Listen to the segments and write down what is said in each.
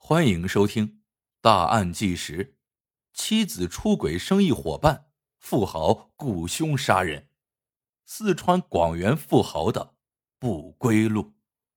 欢迎收听《大案纪实》，妻子出轨生意伙伴，富豪雇凶杀人，四川广元富豪的不归路。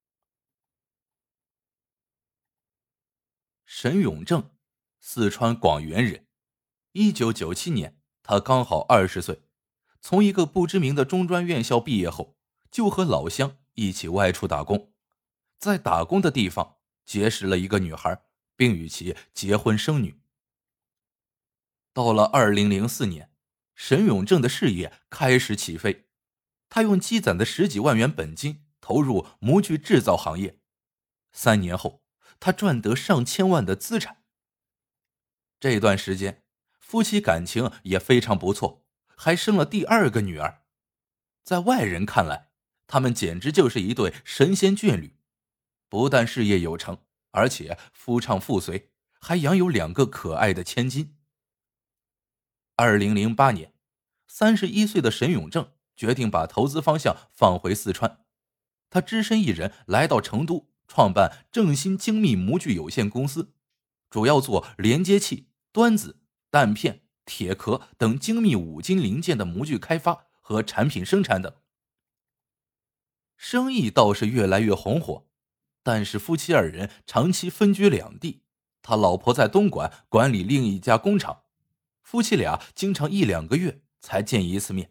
沈永正，四川广元人。1997年，他刚好20岁，从一个不知名的中专院校毕业后，就和老乡一起外出打工。在打工的地方结识了一个女孩，并与其结婚生女。到了2004年，沈永正的事业开始起飞，他用积攒的10几万元本金投入模具制造行业。3年后，他赚得上千万的资产。这段时间，夫妻感情也非常不错，还生了第2个女儿。在外人看来，他们简直就是一对神仙眷侣，不但事业有成，而且夫唱妇随，还养有2个可爱的千金。2008年，31岁的沈永正决定把投资方向放回四川。他只身一人来到成都，创办正新精密模具有限公司，主要做连接器、端子、弹片、铁壳等精密五金零件的模具开发和产品生产等。生意倒是越来越红火，但是夫妻2人长期分居两地，他老婆在东莞管理另一家工厂，夫妻俩经常1-2个月才见一次面。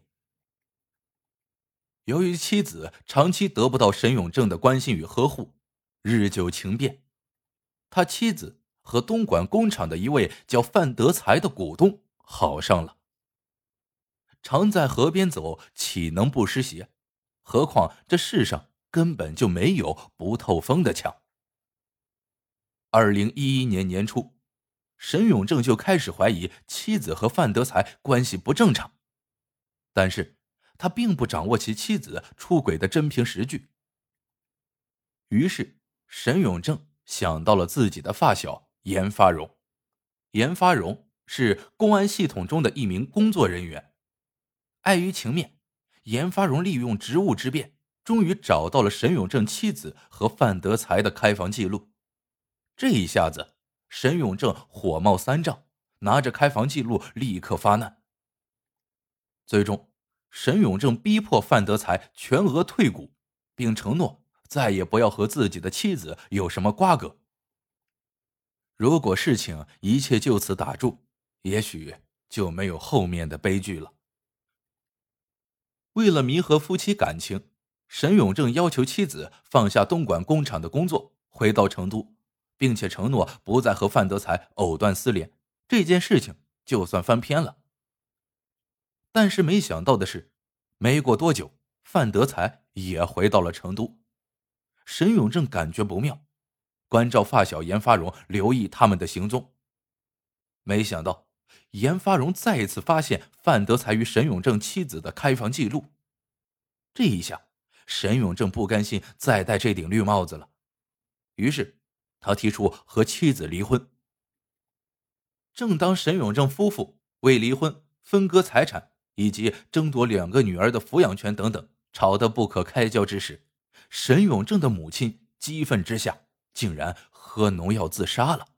由于妻子长期得不到沈永正的关心与呵护，日久情变，他妻子和东莞工厂的一位叫范德才的股东好上了。常在河边走，岂能不湿鞋？何况这世上根本就没有不透风的墙。2011年年初，沈永正就开始怀疑妻子和范德才关系不正常，但是他并不掌握其妻子出轨的真凭实据。于是沈永正想到了自己的发小严发荣。严发荣是公安系统中的一名工作人员。碍于情面，严发荣利用职务之便，终于找到了沈永正妻子和范德才的开房记录。这一下子，沈永正火冒三丈，拿着开房记录立刻发难。最终，沈永正逼迫范德才全额退股，并承诺再也不要和自己的妻子有什么瓜葛。如果事情一切就此打住，也许就没有后面的悲剧了。为了弥合夫妻感情，沈永正要求妻子放下东莞工厂的工作，回到成都，并且承诺不再和范德才藕断丝连，这件事情就算翻篇了。但是没想到的是，没过多久，范德才也回到了成都。沈永正感觉不妙，关照发小严发荣留意他们的行踪。没想到严发荣再一次发现范德才与沈永正妻子的开房记录。这一下，沈永正不甘心再戴这顶绿帽子了，于是他提出和妻子离婚。正当沈永正夫妇为离婚、分割财产以及争夺2个女儿的抚养权等等吵得不可开交之时，沈永正的母亲激愤之下竟然喝农药自杀了。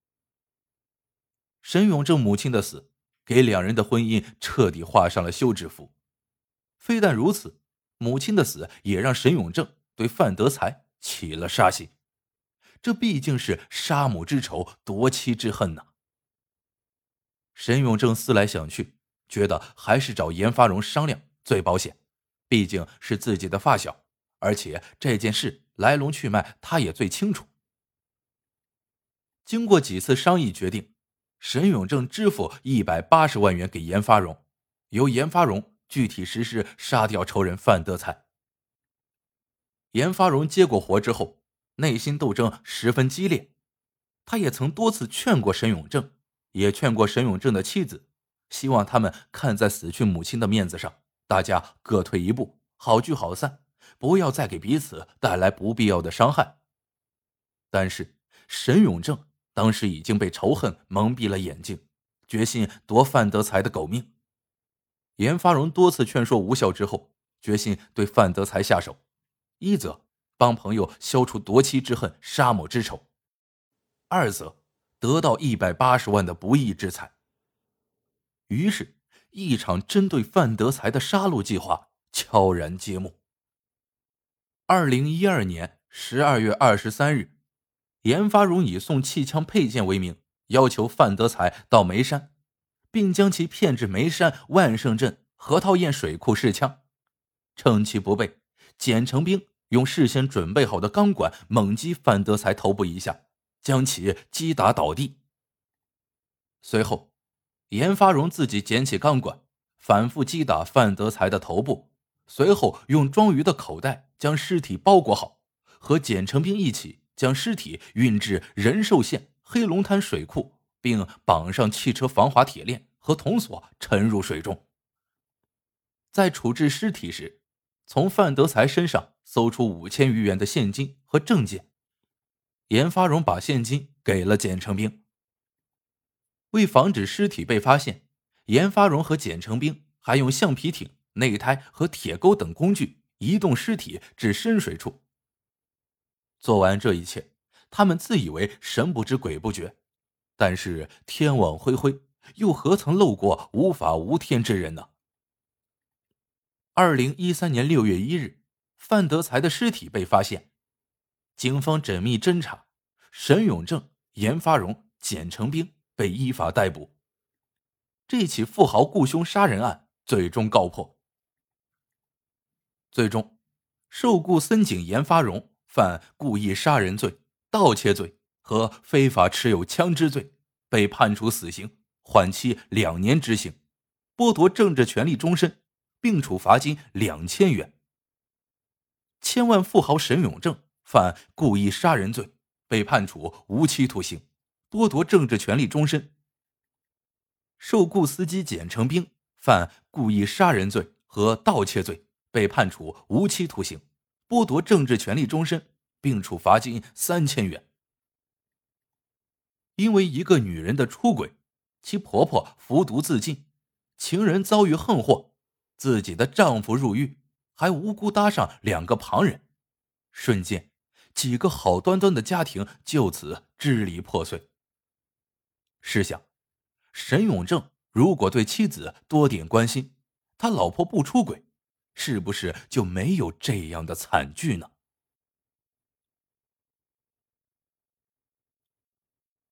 沈永正母亲的死给2人的婚姻彻底画上了休止符。非但如此，母亲的死也让沈永正对范德才起了杀心，这毕竟是杀母之仇，夺妻之恨呐。沈永正思来想去，觉得还是找严发荣商量最保险，毕竟是自己的发小，而且这件事来龙去脉他也最清楚。经过几次商议决定，沈永正支付180万元给严发荣，由严发荣具体实施杀掉仇人范德才。严发荣接过活之后，内心斗争十分激烈，他也曾多次劝过沈永正，也劝过沈永正的妻子，希望他们看在死去母亲的面子上，大家各退一步，好聚好散，不要再给彼此带来不必要的伤害。但是沈永正当时已经被仇恨蒙蔽了眼睛，决心夺范德才的狗命。严发荣多次劝说无效之后，决心对范德才下手，一则帮朋友消除夺妻之恨、杀母之仇； 二则得到180万的不义之财。于是，一场针对范德才的杀戮计划悄然揭幕。2012年12月23日，严发荣以送气枪配件为名，要求范德才到眉山，并将其骗至眉山万盛镇核桃堰水库试枪。趁其不备，简成兵用事先准备好的钢管猛击范德才头部一下，将其击打倒地。随后，严发荣自己捡起钢管，反复击打范德才的头部，随后用装鱼的口袋将尸体包裹好，和简成兵一起将尸体运至仁寿县黑龙滩水库，并绑上汽车防滑铁链和铜索沉入水中。在处置尸体时，从范德才身上搜出5000余元的现金和证件。严发荣把现金给了简成兵。为防止尸体被发现，严发荣和简成兵还用橡皮艇、内胎和铁钩等工具移动尸体至深水处。做完这一切，他们自以为神不知鬼不觉，但是天网恢恢，又何曾漏过无法无天之人呢？2013年6月1日，范德才的尸体被发现，警方缜密侦查，沈永正、严发荣、简成兵被依法逮捕。这起富豪雇凶杀人案最终告破。最终，受雇森警严发荣犯故意杀人罪、盗窃罪和非法持有枪支罪，被判处死刑，缓期2年执行，剥夺政治权利终身，并处罚金2000元。千万富豪沈永正犯故意杀人罪，被判处无期徒刑，剥夺政治权利终身。受雇司机简成兵犯故意杀人罪和盗窃罪，被判处无期徒刑，剥夺政治权利终身，并处罚金3000元。因为一个女人的出轨，其婆婆服毒自尽，情人遭遇横祸，自己的丈夫入狱，还无辜搭上2个旁人，瞬间几个好端端的家庭就此支离破碎。试想，沈永正如果对妻子多点关心，他老婆不出轨，是不是就没有这样的惨剧呢？